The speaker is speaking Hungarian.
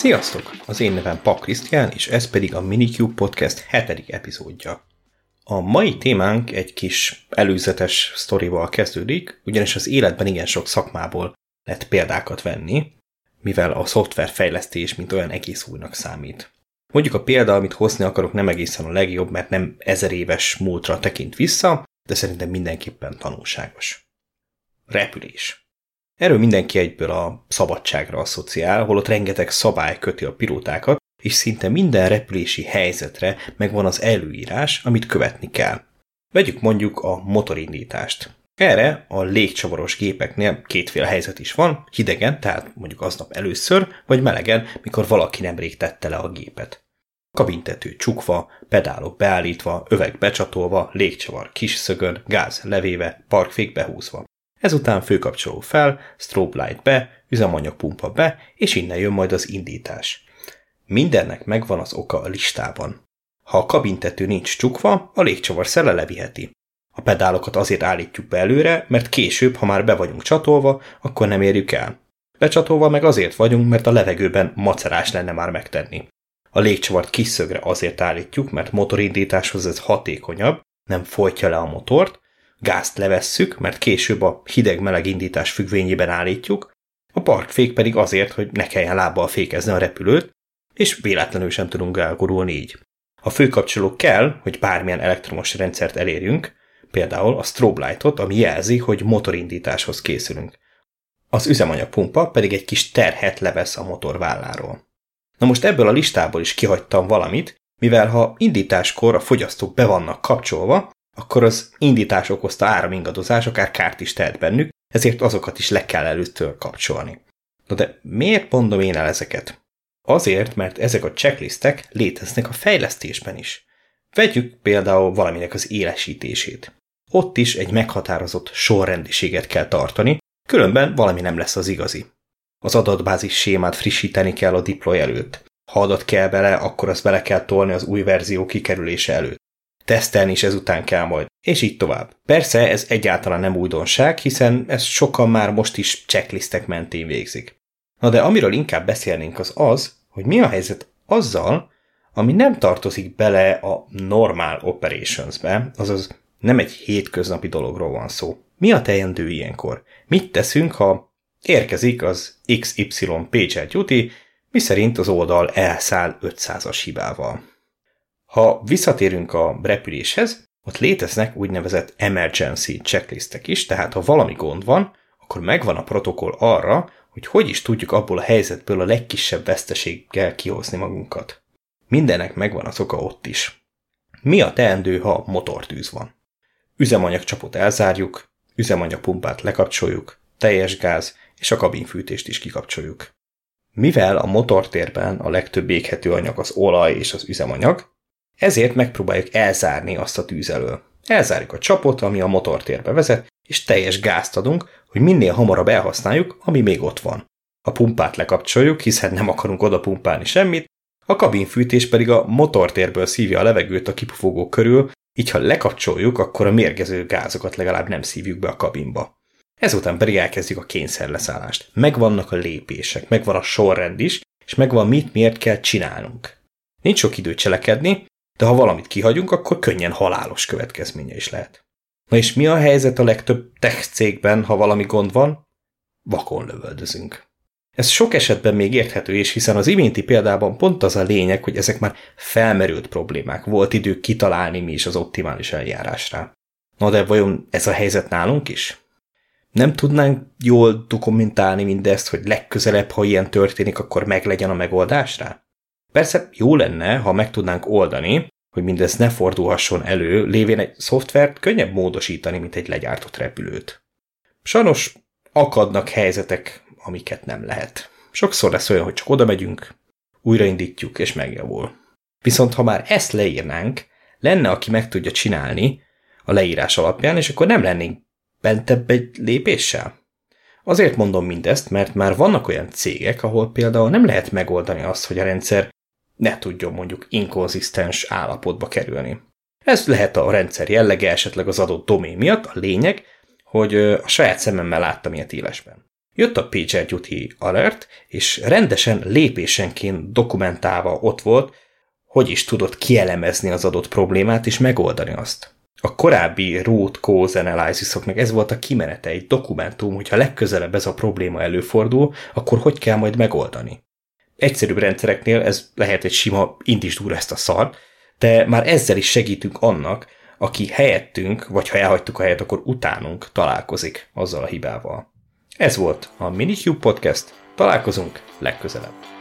Sziasztok! Az én nevem Pap Krisztián, és ez pedig a Minikube Podcast 7. epizódja. A mai témánk egy kis előzetes sztorival kezdődik, ugyanis az életben igen sok szakmából lehet példákat venni, mivel a szoftverfejlesztés mint olyan egész újnak számít. Mondjuk a példa, amit hozni akarok, nem egészen a legjobb, mert nem 1000 éves múltra tekint vissza, de szerintem mindenképpen tanulságos. Repülés. Erről mindenki egyből a szabadságra asszociál, holott rengeteg szabály köti a pilótákat, és szinte minden repülési helyzetre megvan az előírás, amit követni kell. Vegyük mondjuk a motorindítást. Erre a légcsavaros gépeknél kétféle helyzet is van, hidegen, tehát mondjuk aznap először, vagy melegen, mikor valaki nemrég tette le a gépet. Kabintető csukva, pedálok beállítva, övek becsatolva, légcsavar kis szögön, gáz levéve, parkfék behúzva. Ezután főkapcsoló fel, strobe light be, üzemanyagpumpa be, és innen jön majd az indítás. Mindennek megvan az oka a listában. Ha a kabintető nincs csukva, a légcsavar szele leviheti. A pedálokat azért állítjuk be előre, mert később, ha már be vagyunk csatolva, akkor nem érjük el. Becsatolva meg azért vagyunk, mert a levegőben macerás lenne már megtenni. A légcsavart kis szögre azért állítjuk, mert motorindításhoz ez hatékonyabb, nem folytja le a motort, gázt levesszük, mert később a hideg-meleg indítás függvényében állítjuk, a parkfék pedig azért, hogy ne kelljen lábbal fékezni a repülőt, és véletlenül sem tudunk elgurulni így. A főkapcsoló kell, hogy bármilyen elektromos rendszert elérjünk, például a strobe lightot, ami jelzi, hogy motorindításhoz készülünk. Az üzemanyagpumpa pedig egy kis terhet levesz a motor válláról. Na most ebből a listából is kihagytam valamit, mivel ha indításkor a fogyasztók be vannak kapcsolva, akkor az indítás okozta áramingadozás akár kárt is tehet bennük, ezért azokat is le kell előttől kapcsolni. Na de miért mondom én el ezeket? Azért, mert ezek a checklistek léteznek a fejlesztésben is. Vegyük például valaminek az élesítését. Ott is egy meghatározott sorrendiséget kell tartani, különben valami nem lesz az igazi. Az adatbázis sémát frissíteni kell a deploy előtt. Ha adat kell bele, akkor azt bele kell tolni az új verzió kikerülése előtt. Tesztelni is ezután kell majd, és így tovább. Persze ez egyáltalán nem újdonság, hiszen ezt sokan már most is checklistek mentén végzik. Na de amiről inkább beszélnénk az, hogy mi a helyzet azzal, ami nem tartozik bele a normal operationsbe, azaz nem egy hétköznapi dologról van szó. Mi a teendő ilyenkor? Mit teszünk, ha érkezik az XY pager duty, miszerint az oldal elszáll 500-as hibával? Ha visszatérünk a repüléshez, ott léteznek úgynevezett emergency checklistek is, tehát ha valami gond van, akkor megvan a protokoll arra, hogy is tudjuk abból a helyzetből a legkisebb veszteséggel kihozni magunkat. Mindennek megvan az oka ott is. Mi a teendő, ha motortűz van? Üzemanyagcsapot elzárjuk, üzemanyagpumpát lekapcsoljuk, teljes gáz, és a kabinfűtést is kikapcsoljuk. Mivel a motortérben a legtöbb éghető anyag az olaj és az üzemanyag, ezért megpróbáljuk elzárni azt a tűz elől. Elzárjuk a csapot, ami a motortérbe vezet, és teljes gázt adunk, hogy minél hamarabb elhasználjuk, ami még ott van. A pumpát lekapcsoljuk, hiszen nem akarunk oda pumpálni semmit, a kabinfűtés pedig a motortérből szívja a levegőt a kipufogó körül, így ha lekapcsoljuk, akkor a mérgező gázokat legalább nem szívjuk be a kabinba. Ezután pedig elkezdjük a kényszerleszállást. Megvannak a lépések, megvan a sorrend is, és megvan mit miért kell csinálnunk. Nincs sok idő cselekedni, de ha valamit kihagyunk, akkor könnyen halálos következménye is lehet. Na és mi a helyzet a legtöbb tech cégben, ha valami gond van? Vakon lövöldözünk. Ez sok esetben még érthető is, hiszen az iménti példában pont az a lényeg, hogy ezek már felmerült problémák, volt idő kitalálni mi is az optimális eljárásra. Na de vajon ez a helyzet nálunk is? Nem tudnánk jól dokumentálni mindezt, hogy legközelebb, ha ilyen történik, akkor meglegyen a megoldás rá? Persze jó lenne, ha meg tudnánk oldani, hogy mindez ne fordulhasson elő, lévén egy szoftvert könnyebb módosítani, mint egy legyártott repülőt. Sajnos akadnak helyzetek, amiket nem lehet. Sokszor lesz olyan, hogy csak oda megyünk, újraindítjuk és megjavul. Viszont ha már ezt leírnánk, lenne, aki meg tudja csinálni a leírás alapján, és akkor nem lennénk bentebb egy lépéssel. Azért mondom mindezt, mert már vannak olyan cégek, ahol például nem lehet megoldani azt, hogy a rendszer ne tudjon mondjuk inkonzisztens állapotba kerülni. Ez lehet a rendszer jellege, esetleg az adott domén miatt, a lényeg, hogy a saját szememmel láttam ilyet élesben. Jött a PagerDuty alert, és rendesen lépésenként dokumentálva ott volt, hogy is tudott kielemezni az adott problémát és megoldani azt. A korábbi root cause analysis-oknak ez volt a kimenete, egy dokumentum, hogyha legközelebb ez a probléma előfordul, akkor hogy kell majd megoldani. Egyszerűbb rendszereknél ez lehet egy sima indítsd újra ezt a szart, de már ezzel is segítünk annak, aki helyettünk, vagy ha elhagytuk a helyet, akkor utánunk találkozik azzal a hibával. Ez volt a Minikube Podcast, találkozunk legközelebb.